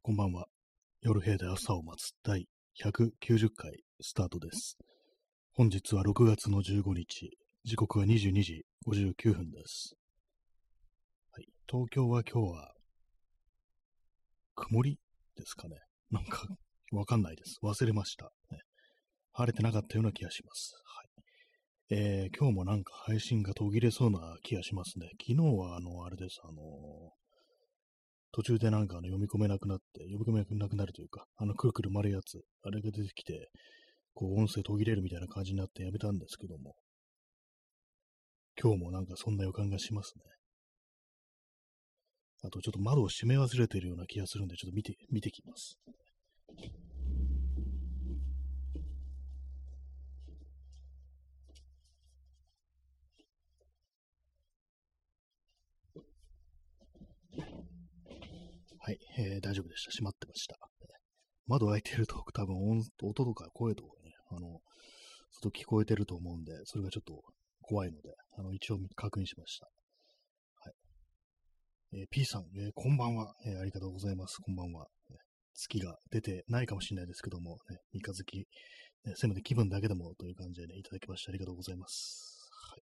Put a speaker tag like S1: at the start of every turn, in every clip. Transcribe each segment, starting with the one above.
S1: こんばんは。夜部屋で朝を待つ第190回スタートです。本日は6月の15日、時刻は22時59分です。はい、東京は今日は曇りですかね。なんかわかんないです。忘れました、ね。晴れてなかったような気がします。はい。今日もなんか配信が途切れそうな気がしますね。昨日はあれです。途中でなんか読み込めなくなって、読み込めなくなるというか、くるくる丸いやつ、あれが出てきて、こう音声途切れるみたいな感じになってやめたんですけども、今日もなんかそんな予感がしますね。あとちょっと窓を閉め忘れているような気がするんで、ちょっと見てきます。はい、大丈夫でした。閉まってました。窓開いてると多分音とか声とかね、外聞こえてると思うんで、それがちょっと怖いので、一応確認しました。はい。P さん、こんばんは、ありがとうございます。こんばんは。月が出てないかもしれないですけども、ね、三日月、ね、せめて気分だけでもという感じでね、いただきましてありがとうございます。はい。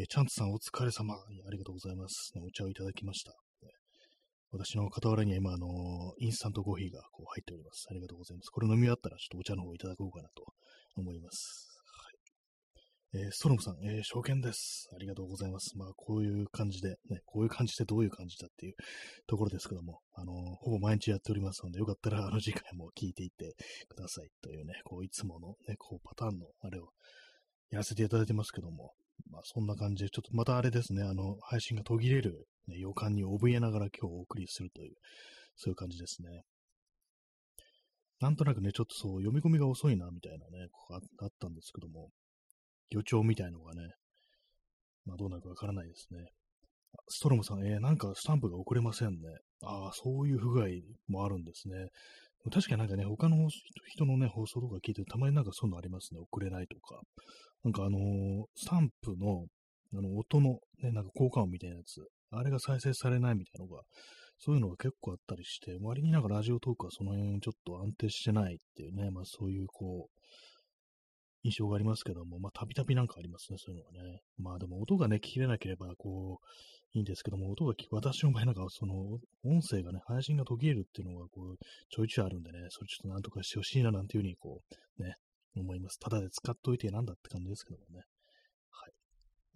S1: チャンツさんお疲れ様。ありがとうございます。お茶をいただきました。私の傍らには今、インスタントコーヒーがこう入っております。ありがとうございます。これ飲み終わったらちょっとお茶の方いただこうかなと思います。ストロムさん、証券です。ありがとうございます。まあ、こういう感じで、ね、こういう感じでどういう感じだっていうところですけども、ほぼ毎日やっておりますので、よかったら、次回も聞いていってくださいというね、こう、いつものね、こう、パターンのあれをやらせていただいてますけども、まあ、そんな感じで、ちょっとまたあれですね、配信が途切れる、ね、予感に怯えながら今日お送りするという、そういう感じですね。なんとなくね、ちょっとそう、読み込みが遅いな、みたいなね、ここあったんですけども、予兆みたいのがね、まあ、どうなるかわからないですね。ストロムさん、なんかスタンプが送れませんね。ああ、そういう不具合もあるんですね。確かになんかね、他の人のね、放送とか聞いてるとたまになんかそういうのありますね。送れないとか。なんかスタンプの、音のね、なんか効果音みたいなやつ、あれが再生されないみたいなのが、そういうのが結構あったりして、割になんかラジオトークはその辺ちょっと安定してないっていうね、まあそういうこう、印象がありますけども、まあ、たびたびなんかありますね、そういうのがね。まあ、でも音がね、聞きれなければ、こう、いいんですけども、私の場合なんか、その、音声がね、配信が途切れるっていうのが、こう、ちょいちょいあるんでね、それちょっとなんとかしてほしいな、なんていうふうに、こう、ね、思います。ただで使っといてなんだって感じですけどもね。はい。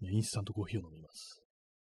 S1: ねインスタントコーヒーを飲みます。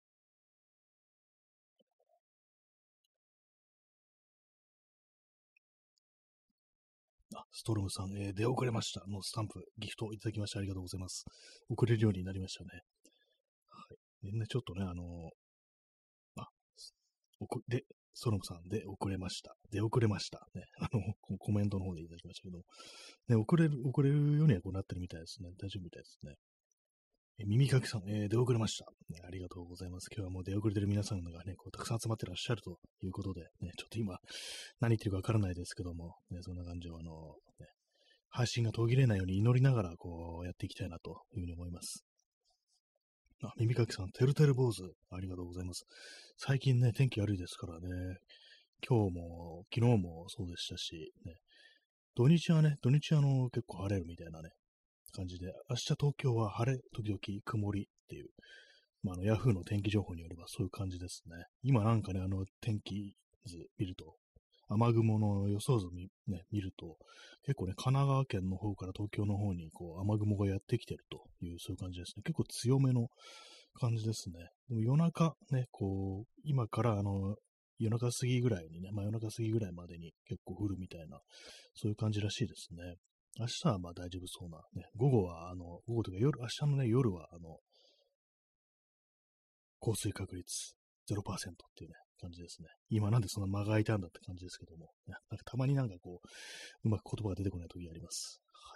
S1: ストロムさん、出遅れました。スタンプ、ギフトいただきましてありがとうございます。遅れるようになりましたね。はい。でね、ちょっとね、あ、で、ソロムさんで遅れました。で、遅れました。ね、コメントの方でいただきましたけど、ね、遅れるようにはこうなってるみたいですね。大丈夫みたいですね。耳かきさん、出遅れました、ね。ありがとうございます。今日はもう出遅れてる皆さんがね、こうたくさん集まってらっしゃるということで、ね、ちょっと今、何言ってるかわからないですけども、ね、そんな感じをね、配信が途切れないように祈りながら、こう、やっていきたいなというふうに思います。耳かきさん、てるてる坊主、ありがとうございます。最近ね、天気悪いですからね、今日も、昨日もそうでしたし、ね、土日結構晴れるみたいなね、感じで、明日東京は晴れ、時々曇りっていう、まあ、ヤフーの天気情報によればそういう感じですね。今なんかね、天気図見ると、雨雲の予想図見ると、結構ね、神奈川県の方から東京の方にこう雨雲がやってきてるという、そういう感じですね。結構強めの感じですね。でも夜中ね、こう、今から夜中過ぎぐらいにね、まあ夜中過ぎぐらいまでに結構降るみたいな、そういう感じらしいですね。明日はまあ大丈夫そうな、ね、午後というか明日のね、夜は降水確率0%っていうね、感じですね。今なんでそんな間が空いたんだって感じですけども、ね、なんかたまになんかこう、うまく言葉が出てこない時あります。はい。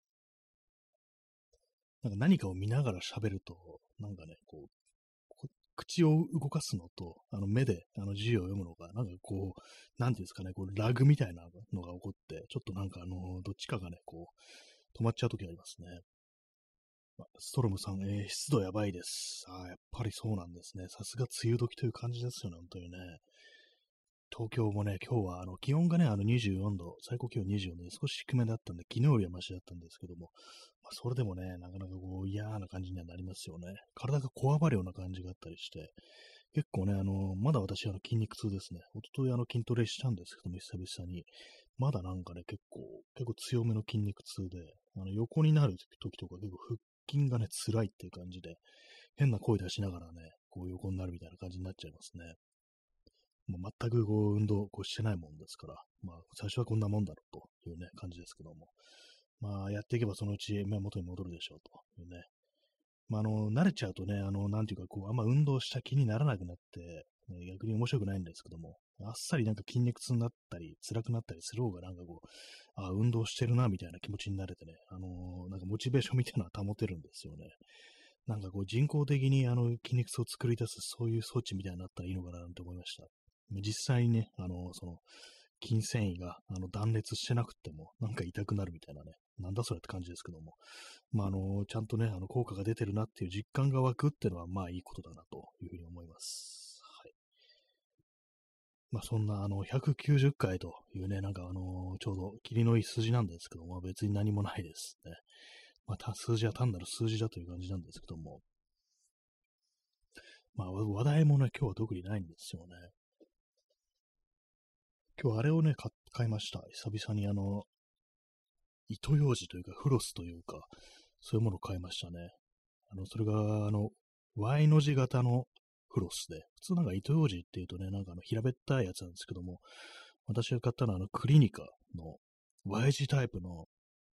S1: なんか何かを見ながら喋ると、なんかね、口を動かすのと、目で、字を読むのが、なんかこう、なんていうんですかね、こう、ラグみたいなのが起こって、ちょっとなんかどっちかがね、こう、止まっちゃうときありますね。ストロムさん、湿度やばいです。やっぱりそうなんですね。さすが梅雨時という感じですよね、本当にね。 東京もね、今日は気温がね、24度、最高気温24度で少し低めだったんで、昨日よりはマシだったんですけども、まあ、それでもね、なかなかこう嫌な感じにはなりますよね。体がこわばるような感じがあったりして、結構ね、まだ私筋肉痛ですね。一昨日筋トレしたんですけども、久々に。まだなんかね、結構強めの筋肉痛で、横になる時とか結構腹筋がね、辛いっていう感じで、変な声出しながらね、こう横になるみたいな感じになっちゃいますね。もう全くこう運動してないもんですから、まあ最初はこんなもんだろうというね、感じですけども、まあやっていけばそのうち、まあ、元に戻るでしょうというね。まあ慣れちゃうとね、なんていうかこう、あんま運動した気にならなくなって、ね、逆に面白くないんですけども、あっさりなんか筋肉痛になったり、辛くなったりする方がなんかこう、運動してるなみたいな気持ちになれてね、なんかモチベーションみたいなのは保てるんですよね。なんかこう人工的に筋肉痛を作り出すそういう装置みたいになったらいいのかななんて思いました。実際にね、筋繊維が断裂してなくても、なんか痛くなるみたいなね、なんだそれって感じですけども、まあ、ちゃんとね、効果が出てるなっていう実感が湧くっていうのは、まあいいことだなというふうに思います。はい。まあそんな190回というね、なんかちょうど霧のいい数字なんですけども、別に何もないですね。まあ数字は単なる数字だという感じなんですけども、まあ話題もね、今日は特にないんですよね。今日あれをね、買いました。久々に糸ようじというか、フロスというか、そういうものを買いましたね。それが、Y の字型のフロスで、普通なんか糸ようじっていうとね、なんか平べったいやつなんですけども、私が買ったのはクリニカの Y 字タイプの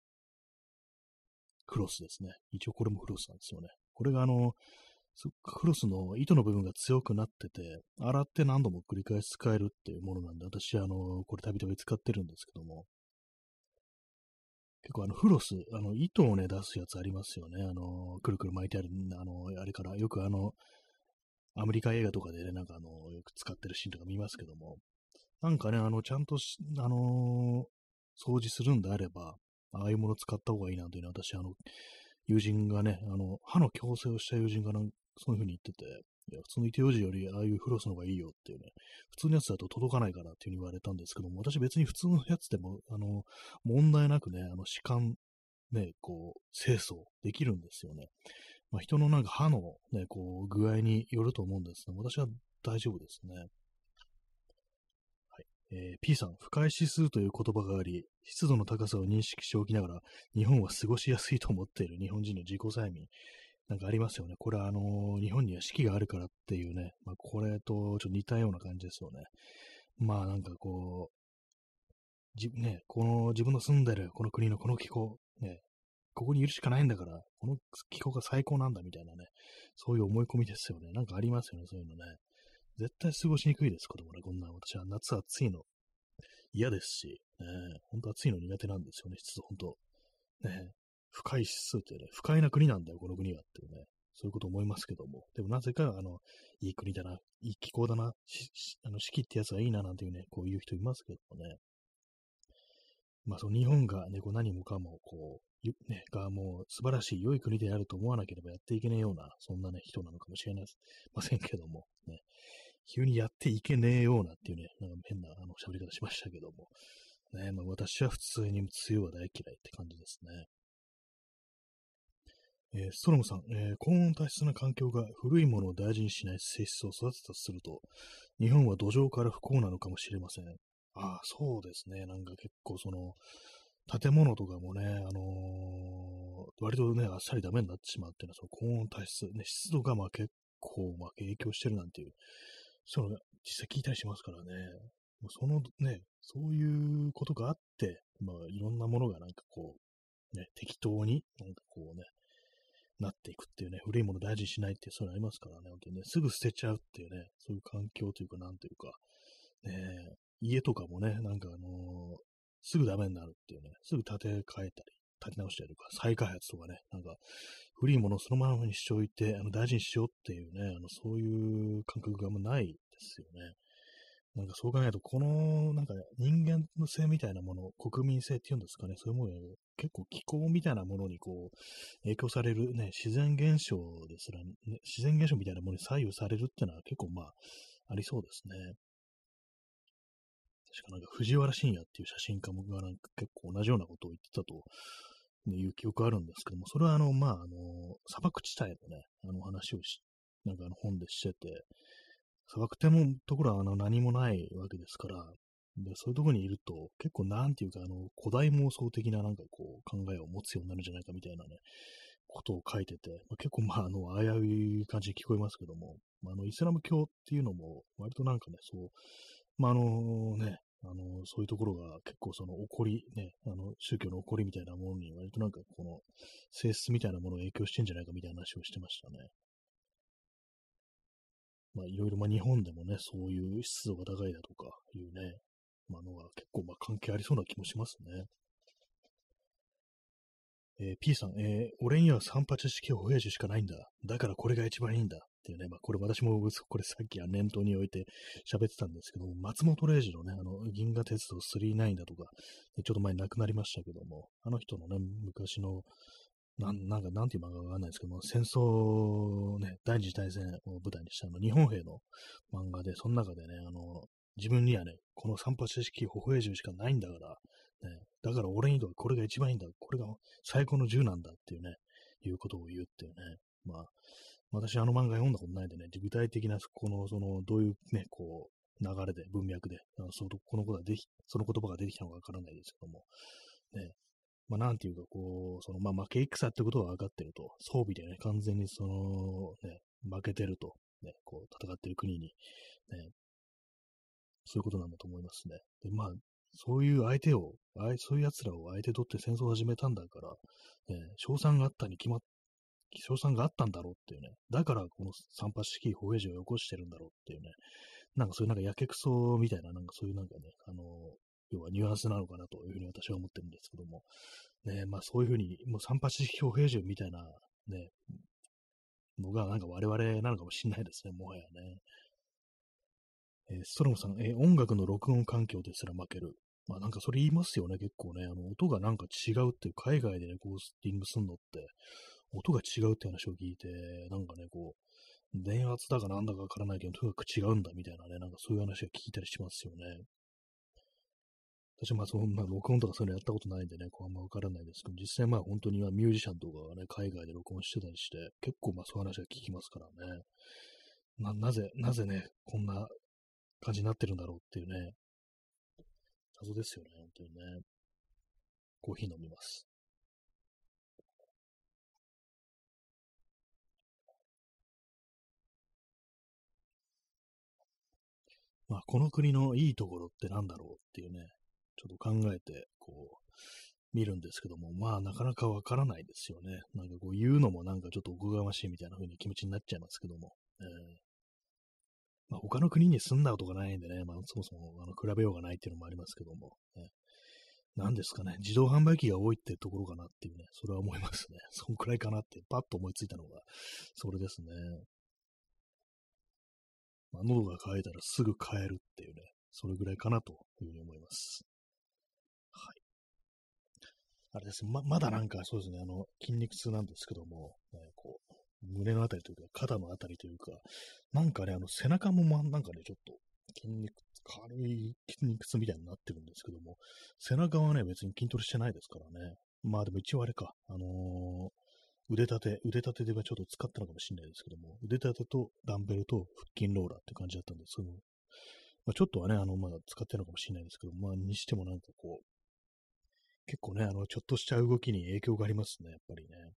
S1: フロスですね。一応これもフロスなんですよね。これがフロスの糸の部分が強くなってて、洗って何度も繰り返し使えるっていうものなんで、私これたびたび使ってるんですけども、結構フロス、糸をね、出すやつありますよね。くるくる巻いてある、あれから、よくアメリカ映画とかでね、なんかよく使ってるシーンとか見ますけども、なんかね、ちゃんと掃除するんであれば、ああいうもの使った方がいいなというのは、私、友人がね、歯の矯正をした友人がそういう風に言ってて、いや、普通の糸ようじより、ああいうフロスの方がいいよっていうね、普通のやつだと届かないからっていう風に言われたんですけども、私別に普通のやつでも、問題なくね、歯間、ね、こう、清掃できるんですよね。まあ、人のなんか歯のね、こう、具合によると思うんですが、私は大丈夫ですね。はい。P さん、不快指数という言葉があり、湿度の高さを認識しておきながら、日本は過ごしやすいと思っている日本人の自己催眠。なんかありますよね。これは日本には四季があるからっていうね、まあ、これとちょっと似たような感じですよね。まあなんかこう、ね、この自分の住んでるこの国のこの気候、ね、ここにいるしかないんだから、この気候が最高なんだみたいなね、そういう思い込みですよね。なんかありますよね、そういうのね。絶対過ごしにくいです、子供ね。こんな私は夏暑いの嫌ですし、ね、本当暑いの苦手なんですよね、湿度、本当。ね、不快指数ってね、不快な国なんだよ、この国はっていうね、そういうこと思いますけども、でもなぜか、いい国だな、いい気候だな、四季ってやつはいいななんていうね、こういう人いますけどもね、まあ、その日本がね、こう何もかも、こう、ね、がもう素晴らしい良い国であると思わなければやっていけねえような、そんなね、人なのかもしれませんけども、ね、急にやっていけねえようなっていうね、なんか変な喋り方しましたけども、ね、まあ、私は普通に梅雨は大嫌いって感じですね。ストロムさん、高温多湿な環境が古いものを大事にしない性質を育てたとすると、日本は土壌から不幸なのかもしれません。ああ、そうですね。なんか結構建物とかもね、割とね、あっさりダメになってしまうっていうのは、その高温多湿、ね、湿度がまあ結構まあ影響してるなんていう、そういうのが実際聞いたりしますからね。もうそのね、そういうことがあって、まあいろんなものがなんかこう、ね、適当に、なんかこうね、なっていくっていうね、古いもの大事にしないっていう、そういうのありますからね、本当にね、すぐ捨てちゃうっていうね、そういう環境というか、なんというか、ね、家とかもね、なんかすぐダメになるっていうね、すぐ建て替えたり、建て直したりとか、再開発とかね、なんか、古いものをそのままにしておいて、大事にしようっていうね、そういう感覚があんまないですよね。なんかそう考えると、この、なんか人間の性みたいなもの、国民性っていうんですかね、そういうものが結構気候みたいなものにこう、影響されるね、自然現象ですら、ね、自然現象みたいなものに左右されるっていうのは結構まあ、ありそうですね。 確かなんか藤原信也っていう写真家もがなんか結構同じようなことを言ってたと、ね、いう記憶あるんですけども、それは砂漠地帯のね、話をなんか本でしてて、砂漠ってもところは何もないわけですから、で、そういうところにいると、結構なんていうか、古代妄想的ななんかこう、考えを持つようになるんじゃないかみたいなね、ことを書いてて、結構危うい感じに聞こえますけども、イスラム教っていうのも、割となんかね、そう、そういうところが結構その起こり、ね、宗教の起こりみたいなものに割となんかこの性質みたいなものを影響してんじゃないかみたいな話をしてましたね。いろいろ日本でもね、そういう湿度が高いだとかいうね、のが結構関係ありそうな気もしますね。P さん、俺には三八式歩兵術しかないんだ。だからこれが一番いいんだ。っていうね、これ私もこれさっきは念頭に置いて喋ってたんですけども、松本零士のね、銀河鉄道999だとか、ちょっと前に亡くなりましたけども、あの人のね、昔の、なんていう漫画かわかんないですけども、戦争ね、第二次大戦を舞台にした日本兵の漫画で、その中でね、自分にはね、この三八式歩兵術しかないんだから、ね、だから俺にとってこれが一番いいんだ。これが最高の銃なんだっていうね、いうことを言うっていうね。私漫画読んだことないんでね、具体的な、どういうね、こう、流れで、文脈で、その言葉が出てきたのかわからないですけども、ね、なんていうか、こう、負け戦ってことは分かってると、装備でね、完全に負けてると、ね、こう、戦ってる国に、ね、そういうことなんだと思いますね。で、そういうそういう奴らを相手取って戦争を始めたんだから、賞賛があったに決まっ賞賛があったんだろうっていうね。だからこの三八式歩兵術を起こしてるんだろうっていうね。なんかそういうなんかやけくそみたいな、なんかそういうなんかね、要はニュアンスなのかなというふうに私は思ってるんですけども。ね、そういうふうに、もう三八式歩兵術みたいなね、のがなんか我々なのかもしれないですね、もはやね。ストロムさん、音楽の録音環境ですら負ける。なんかそれ言いますよね、結構ね。音がなんか違うっていう、海外でレコーディングすんのって、音が違うって話を聞いて、なんかね、こう、電圧だかなんだかわからないけど、とにかく違うんだみたいなね、なんかそういう話が聞いたりしますよね。私はそんな録音とかそういうのやったことないんでね、こうあんまわからないですけど、実際本当にミュージシャンとかがね、海外で録音してたりして、結構そういう話が聞きますからね。なぜね、こんな感じになってるんだろうっていうね、謎ですよね、本当にね。コーヒー飲みます。この国のいいところってなんだろうっていうね、ちょっと考えて、こう、見るんですけども、なかなかわからないですよね。なんかこう言うのもなんかちょっとおこがましいみたいな風に気持ちになっちゃいますけども。他の国に住んだことがないんでね、そもそも比べようがないっていうのもありますけども、何ですかね、自動販売機が多いってところかなっていうね、それは思いますね。そんくらいかなって、パッと思いついたのが、それですね。喉が渇いたらすぐ買えるっていうね、それぐらいかなというふうに思います。はい。あれです。まだなんかそうですね、筋肉痛なんですけども、こう、胸のあたりというか、肩のあたりというか、なんかね、背中もなんかね、ちょっと軽い筋肉痛みたいになってるんですけども、背中はね、別に筋トレしてないですからね。でも一応あれか、腕立てではちょっと使ったのかもしれないですけども、腕立てとダンベルと腹筋ローラーって感じだったんですけども、ちょっとはね、まだ使ってるのかもしれないですけど、にしてもなんかこう、結構ね、ちょっとした動きに影響がありますね、やっぱりね。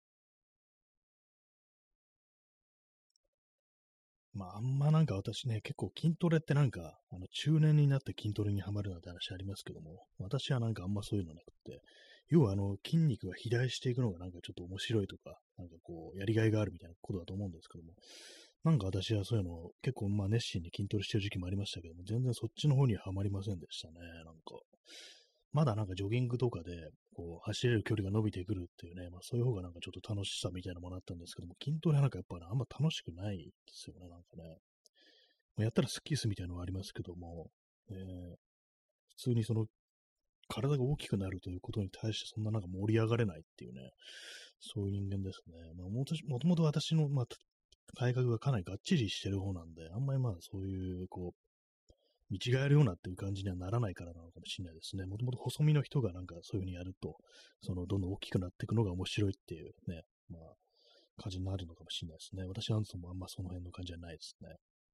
S1: あんまなんか私ね、結構筋トレってなんか、中年になって筋トレにはまるなんて話ありますけども、私はなんかあんまそういうのなくて、要は筋肉が肥大していくのがなんかちょっと面白いとか、なんかこう、やりがいがあるみたいなことだと思うんですけども、なんか私はそういうのを結構熱心に筋トレしてる時期もありましたけども、全然そっちの方にははまりませんでしたね、なんか。まだなんかジョギングとかで、こう、走れる距離が伸びてくるっていうね、そういう方がなんかちょっと楽しさみたいなものあったんですけども、筋トレはなんかやっぱりあんま楽しくないですよね、なんかね。やったらスッキリすみたいなのはありますけども、普通に体が大きくなるということに対してそんななんか盛り上がれないっていうね、そういう人間ですね。もともと私の、体格がかなりがっちりしてる方なんで、あんまりそういう、こう、 見違えるようなっていう感じにはならないからなのかもしれないですね。もともと細身の人がなんかそういう風にやると、どんどん大きくなっていくのが面白いっていうね、まあ、感じになるのかもしれないですね。私なんともあんまその辺の感じはないですね。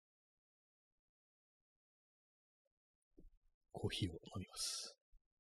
S1: コーヒーを飲みます。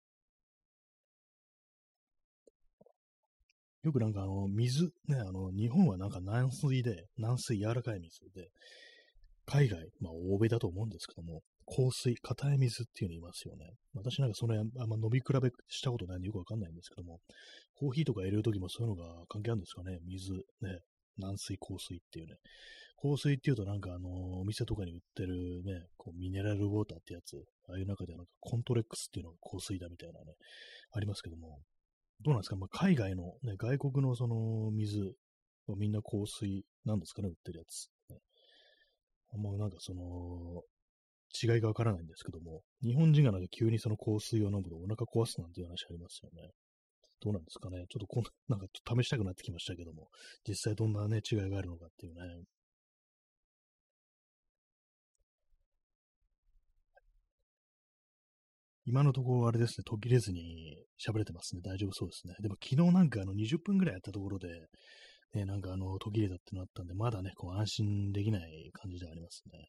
S1: よくなんか水、ね、日本はなんか軟水、柔らかい水で、海外、まあ欧米だと思うんですけども、硬水、硬い水っていうの言いますよね。私なんかその辺あんま飲み比べしたことないんでよくわかんないんですけども、コーヒーとか入れるときもそういうのが関係あるんですかね。水、ね、軟水、硬水っていうね。硬水っていうとなんかお店とかに売ってるね、こうミネラルウォーターってやつ、ああいう中ではなんかコントレックスっていうのが硬水だみたいなね、ありますけども、どうなんですか、まあ、海外の、ね、外国のその水、みんな香水なんですかね、売ってるやつ。ね、あんまなんか違いがわからないんですけども、日本人がなんか急にその香水を飲むとお腹壊すなんていう話ありますよね。どうなんですかね。ちょっとなんかちょっと試したくなってきましたけども、実際どんなね、違いがあるのかっていうね。今のところあれですね、途切れずに喋れてますね。大丈夫そうですね。でも昨日なんか20分ぐらいやったところで、ね、なんか途切れたってなったんで、まだね、こう安心できない感じではありますね。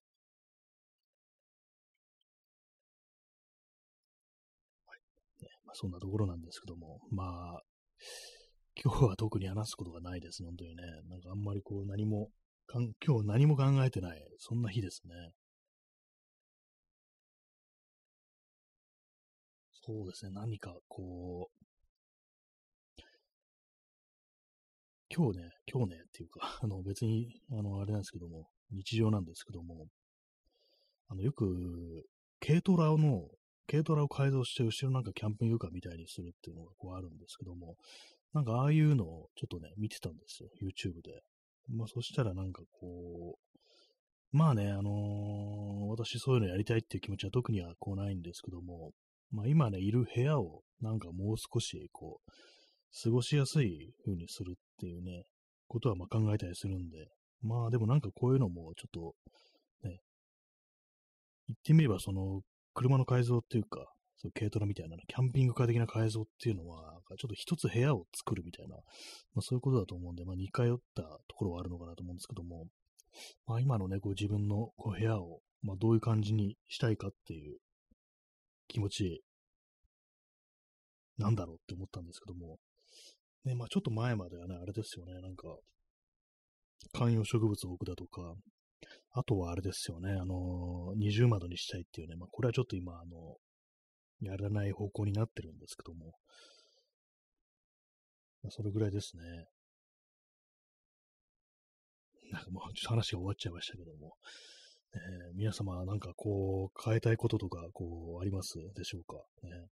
S1: ね、まあ、そんなところなんですけども、まあ、今日は特に話すことがないです、本当にね。なんかあんまりこう今日何も考えてない、そんな日ですね。そうですね、何かこう、今日ねっていうか、別に、あれなんですけども、日常なんですけども、よく、軽トラの、軽トラを改造して、後ろなんかキャンピングカーみたいにするっていうのがこうあるんですけども、なんかああいうのをちょっとね、見てたんですよ、YouTube で。まあそしたらなんかこう、まあね、私そういうのやりたいっていう気持ちは特にはこうないんですけども、まあ今ね、いる部屋をなんかもう少しこう、過ごしやすい風にするっていうね、ことはまあ考えたりするんで、まあでもなんかこういうのもちょっとね、言ってみれば車の改造っていうか、そう軽トラみたいな、キャンピングカー的な改造っていうのは、なんかちょっと一つ部屋を作るみたいな、まあそういうことだと思うんで、まあ似通ったところはあるのかなと思うんですけども、まあ今のね、こう自分のこう部屋を、まあどういう感じにしたいかっていう気持ちなんだろうって思ったんですけども、ね、まあちょっと前まではね、あれですよね、なんか観葉植物を置くだとか、あとはあれですよね、二重窓にしたいっていうね、まあこれはちょっと今、やらない方向になってるんですけども、まあ、それぐらいですね。なんかもうちょっと話が終わっちゃいましたけども、皆様なんかこう変えたいこととかこうありますでしょうか、ね。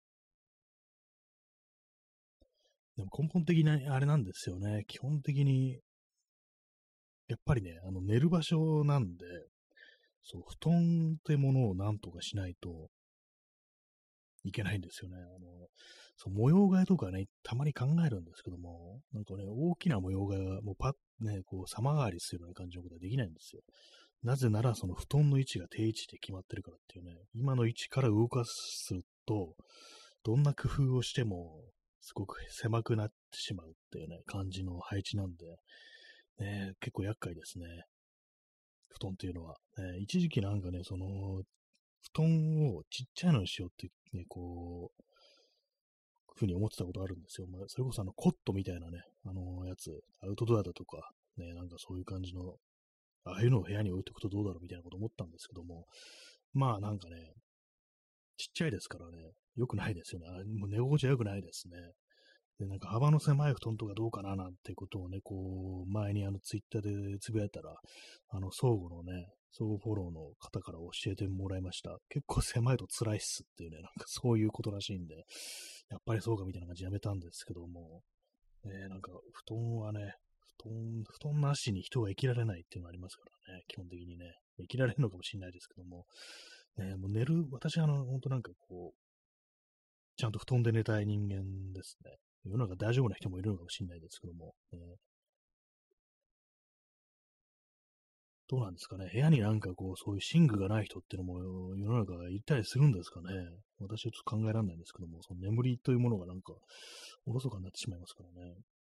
S1: でも根本的なあれなんですよね。基本的にやっぱりね、寝る場所なんで、そう、布団ってものをなんとかしないといけないんですよね。そう、模様替えとかね、たまに考えるんですけども、なんかね、大きな模様替えがもうパッね、こう様変わりするような感じのことはできないんですよ。なぜなら、その布団の位置が定位置で決まってるからっていうね、今の位置から動かすと、どんな工夫をしても、すごく狭くなってしまうっていうね、感じの配置なんで、ね、結構厄介ですね。布団っていうのは。一時期なんかね、布団をちっちゃいのにしようってね、こう、ふうに思ってたことあるんですよ。まあ、それこそコットみたいなね、やつ、アウトドアだとか、ね、なんかそういう感じの、ああいうのを部屋に置いておくとどうだろうみたいなこと思ったんですけども、まあなんかね、ちっちゃいですからね、良くないですよね。もう寝心地は良くないですね。で、なんか幅の狭い布団とかどうかななんてことをね、こう、前にツイッターでつぶやいたら、相互フォローの方から教えてもらいました。結構狭いと辛いっすっていうね、なんかそういうことらしいんで、やっぱりそうかみたいな感じでやめたんですけども、なんか布団はね、布団なしに人が生きられないっていうのがありますからね、基本的にね。生きられるのかもしれないですけども、もう私本当なんかこう、ちゃんと布団で寝たい人間ですね。世の中大丈夫な人もいるのかもしれないですけども、 どうなんですかね。部屋になんかこう、そういう寝具がない人っていうのも世の中いたりするんですかね。私はちょっと考えられないんですけども、その眠りというものがなんか、おろそかになってしまいますからね。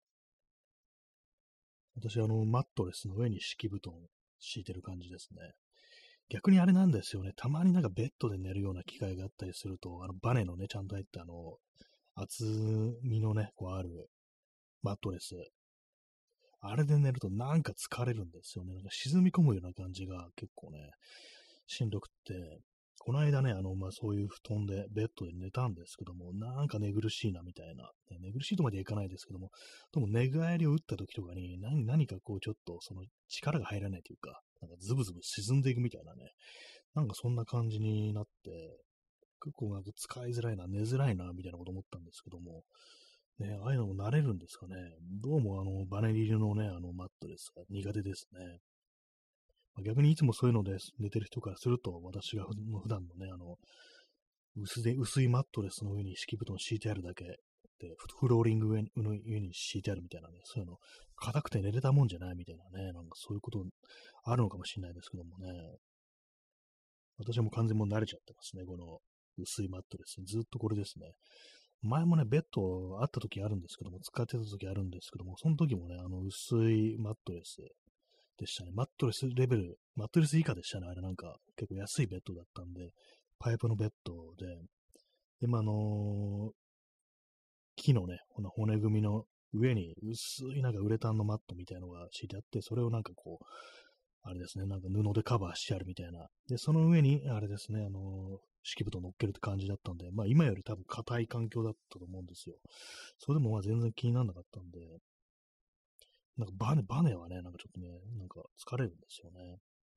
S1: 私、マットレスの上に敷布団敷いてる感じですね。逆にあれなんですよね。たまになんかベッドで寝るような機会があったりすると、バネのね、ちゃんと入った厚みのね、こうあるマットレス。あれで寝るとなんか疲れるんですよね。なんか沈み込むような感じが結構ね、しんどくって、この間ね、そういう布団で、ベッドで寝たんですけども、なんか寝苦しいなみたいな、ね寝苦しいとまではいかないですけども、でも寝返りを打った時とかに何かこうちょっとその力が入らないというか、なんかズブズブ沈んでいくみたいなね、なんかそんな感じになって、結構なんか使いづらいな、寝づらいな、みたいなこと思ったんですけども、ね、ああいうのも慣れるんですかね。どうもバネリルのね、マットレスが苦手ですね。逆にいつもそういうので寝てる人からすると、私が普段のね、薄いマットレスの上に敷布団敷いてあるだけで、フローリングの上に敷いてあるみたいなね、そういうの、硬くて寝れたもんじゃないみたいなね、なんかそういうことあるのかもしれないですけどもね。私はもう完全にもう慣れちゃってますね、この薄いマットレスに。ずっとこれですね。前もね、ベッドあった時あるんですけども、使ってた時あるんですけども、その時もね、薄いマットレスでしたね。マットレスレベル、マットレス以下でしたね。あれなんか結構安いベッドだったんで、パイプのベッドで、で、木のね、この骨組みの上に薄いなんかウレタンのマットみたいなのが敷いてあって、それをなんかこう、あれですね、なんか布でカバーしてあるみたいな。で、その上に、あれですね、敷布団乗っけるって感じだったんで、まあ今より多分硬い環境だったと思うんですよ。それでもまあ全然気にならなかったんで、なんかバネはね、なんかちょっとね、なんか疲れるんですよね。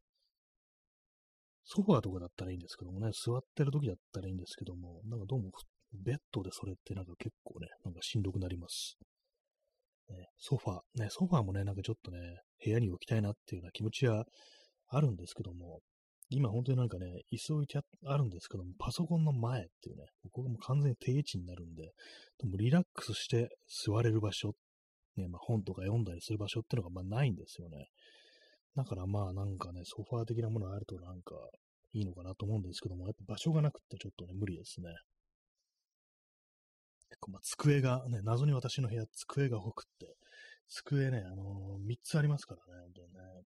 S1: ソファーとかだったらいいんですけどもね、座ってる時だったらいいんですけども、なんかどうもベッドでそれってなんか結構ね、なんかしんどくなります。ね、ソファーもね、なんかちょっとね、部屋に置きたいなっていうような気持ちはあるんですけども、今本当になんかね、椅子置いてあるんですけども、パソコンの前っていうね、ここがもう完全に定位置になるんで、でもリラックスして座れる場所、ね、まあ本とか読んだりする場所っていうのがまあないんですよね。だからまあなんかね、ソファー的なものがあるとなんかいいのかなと思うんですけども、やっぱ場所がなくってちょっとね、無理ですね。結構まあ机がね、謎に私の部屋、机が多くって、机ね、3つありますからね、本当にね。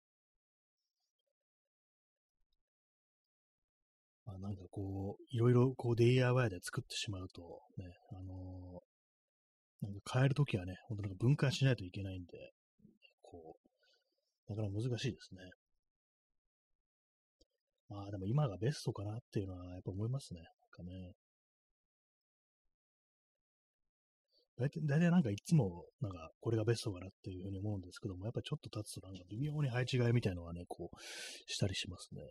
S1: まあなんかこう、いろいろこう DIY で作ってしまうと、ね、なんか変えるときはね、本当なんか分解しないといけないんで、こう、なかなか難しいですね。まあでも今がベストかなっていうのはやっぱ思いますね。なんかね。大体なんかいつも、なんかこれがベストかなっていうふうに思うんですけども、やっぱちょっと経つとなんか微妙に配置換えみたいなのはね、こう、したりしますね。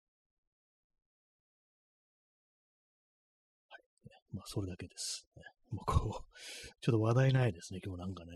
S1: まあそれだけです。ね、もうこう、ちょっと話題ないですね、今日なんかね。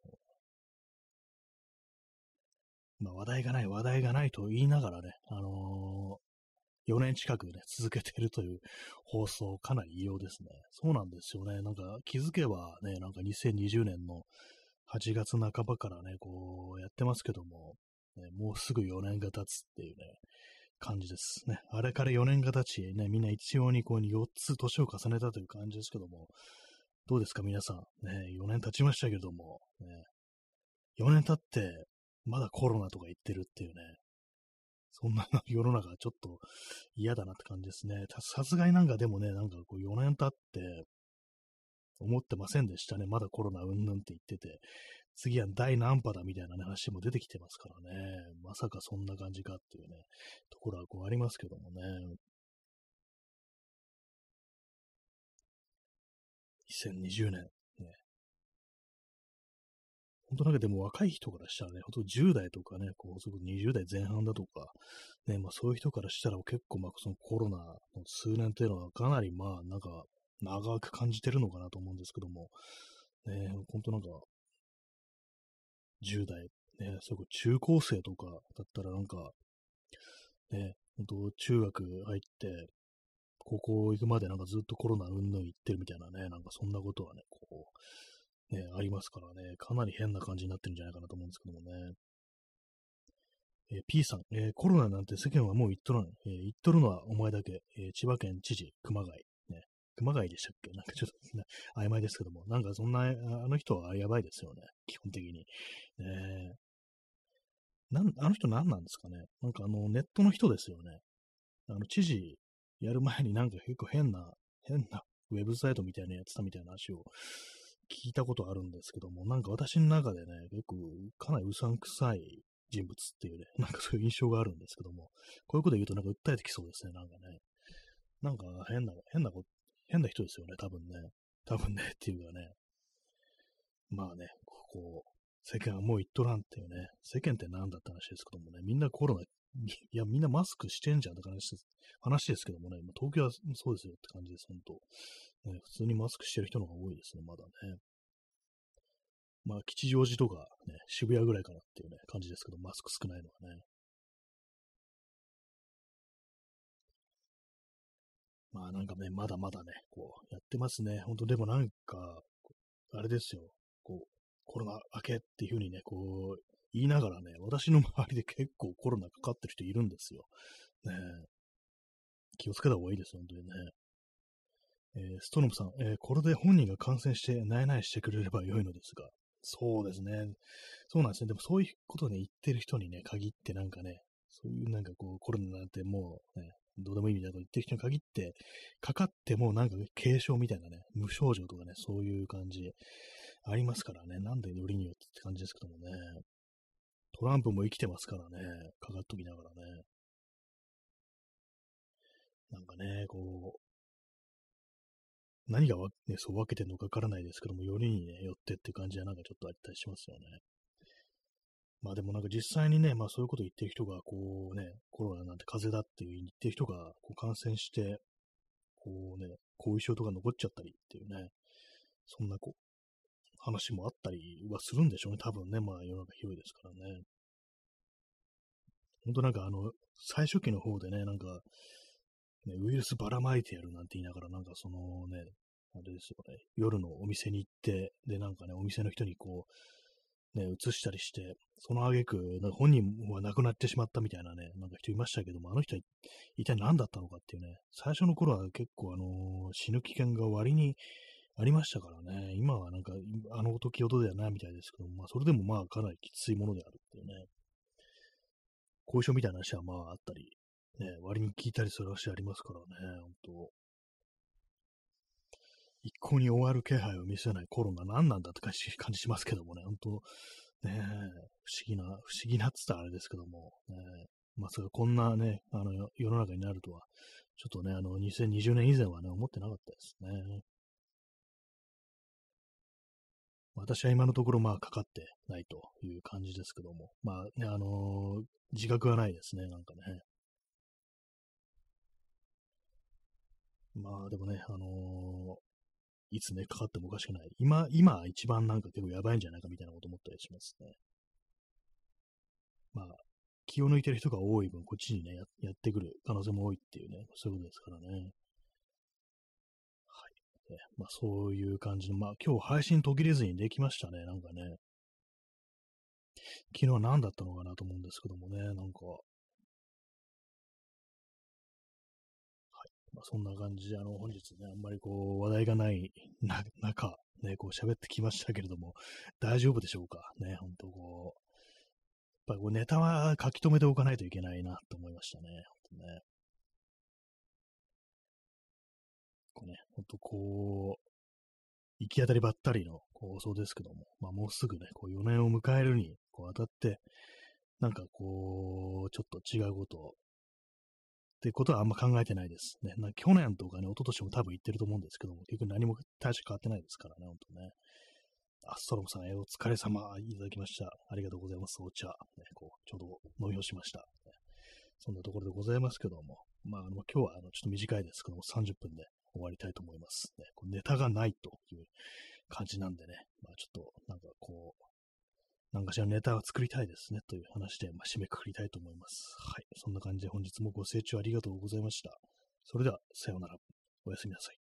S1: まあ話題がないと言いながらね、4年近くね、続けてるという放送、かなり異様ですね。そうなんですよね。なんか気づけばね、なんか2020年の8月半ばからね、こうやってますけども、ね、もうすぐ4年が経つっていうね、感じですね。あれから4年が経ち、ね、みんな一様にこう4つ年を重ねたという感じですけども、どうですか皆さん。ね、4年経ちましたけれども、ね、4年経って、まだコロナとか言ってるっていうね、そんな世の中ちょっと嫌だなって感じですね。さすがになんかでもね、なんかこう4年経って思ってませんでしたね。まだコロナうんぬんって言ってて、次は第何波だみたいな、ね、話も出てきてますからね。まさかそんな感じかっていうね、ところはこうありますけどもね。2020年。ね、本当なんかでも若い人からしたらね、本当10代とかね、こう、そこ20代前半だとか、ね、まあそういう人からしたら結構まあそのコロナの数年っていうのはかなりまあなんか長く感じてるのかなと思うんですけども、ね、本当なんか10代、ね、それこそ中高生とかだったらなんか、ね、本当中学入って、高校行くまでなんかずっとコロナうんぬん言ってるみたいなね、なんかそんなことはね、こう、ね、ありますからね、かなり変な感じになってるんじゃないかなと思うんですけどもね。 P さん、コロナなんて世間はもう言っとらん。言っとるのはお前だけ。千葉県知事、熊谷。ね。熊谷でしたっけなんかちょっと、ね、曖昧ですけども。なんかそんな、あの人はやばいですよね。基本的に。あの人何なんですかね。なんかネットの人ですよね。知事やる前になんか結構変なウェブサイトみたいなやってたみたいな話を聞いたことあるんですけども、なんか私の中でね、結構かなりうさんくさい人物っていうね、なんかそういう印象があるんですけども、こういうこと言うとなんか訴えてきそうですね、なんかね。なんか変な人ですよね、多分ね。多分ね、っていうかね。まあね、世間はもう言っとらんっていうね、世間って何だって話ですけどもね、みんなコロナ、いや、みんなマスクしてんじゃんって話ですけどもね、東京はそうですよって感じです、本当。ね、普通にマスクしてる人の方が多いですね、まだね。まあ、吉祥寺とかね、渋谷ぐらいかなっていうね、感じですけど、マスク少ないのはね。まあなんかね、まだまだね、やってますね。本当でもなんか、あれですよ、コロナ明けっていうふうにね、言いながらね、私の周りで結構コロナかかってる人いるんですよ。ねえ、気をつけた方がいいです、本当にね。ストロムさん、これで本人が感染してないないしてくれれば良いのですが、そうですね。そうなんですね。でもそういうことをね、言ってる人にね、限ってなんかね、そういうなんかコロナなんてもうね、どうでもいいみたいなこと言ってる人に限って、かかってもなんか軽症みたいなね、無症状とかね、そういう感じありますからね、なんでよりによってって感じですけどもね、トランプも生きてますからね、かかっときながらね、なんかね、何がね、そう分けてるのかわからないですけども、よりにね、よってって感じはなんかちょっとあったりしますよね。まあでもなんか実際にね、まあそういうこと言ってる人が、コロナなんて風邪だっていう言ってる人が感染して、後遺症とか残っちゃったりっていうね、そんな話もあったりはするんでしょうね、多分ね、まあ世の中広いですからね。ほんとなんか最初期の方でね、なんか、ね、ウイルスばらまいてやるなんて言いながら、なんかあれですよね、夜のお店に行って、で、なんかね、お店の人にね、移したりして、その挙句、なんか本人は亡くなってしまったみたいなね、なんか人いましたけども、あの人は一体何だったのかっていうね、最初の頃は結構死ぬ危険が割にありましたからね、今はなんか、あの時ほどではないみたいですけども、まあ、それでもまあ、かなりきついものであるっていうね、後遺症みたいな話はまああったり、ね、割に聞いたりする話ありますからね、本当一向に終わる気配を見せないコロナ何なんだって感じしますけどもね、本当ね不思議なっつったらあれですけども、ね、まさかこんなね、世の中になるとは、ちょっとね、2020年以前はね、思ってなかったですね。私は今のところ、まあ、かかってないという感じですけども、まあね、自覚はないですね、なんかね。まあ、でもね、いつね、かかってもおかしくない。今一番なんか結構やばいんじゃないかみたいなこと思ったりしますね。まあ、気を抜いてる人が多い分、こっちにね、やってくる可能性も多いっていうね、そういうことですからね。はい。まあ、そういう感じの、まあ、今日配信途切れずにできましたね、なんかね。昨日は何だったのかなと思うんですけどもね、なんか、はい。まあ、そんな感じで、本日ね、あんまり話題がない中、ね、喋ってきましたけれども、大丈夫でしょうかね、本当やっぱりネタは書き留めておかないといけないなと思いましたね。本当ね。ほんと行き当たりばったりの放送ですけども、まあもうすぐね、4年を迎えるに当たって、なんかちょっと違うことってことはあんま考えてないですね。去年とかね、一昨年も多分言ってると思うんですけども、結局何も大して変わってないですからね、ほんとね。アストロムさん、お疲れ様いただきました。ありがとうございます。お茶、ね、ちょうど飲み干しました。そんなところでございますけども、まあ、今日はちょっと短いですけども、30分で終わりたいと思います。ね、ネタがないという感じなんでね、まあ、ちょっと、なんかなんかしらネタを作りたいですね、という話で、まあ、締めくくりたいと思います。はい。そんな感じで本日もご清聴ありがとうございました。それでは、さようなら。おやすみなさい。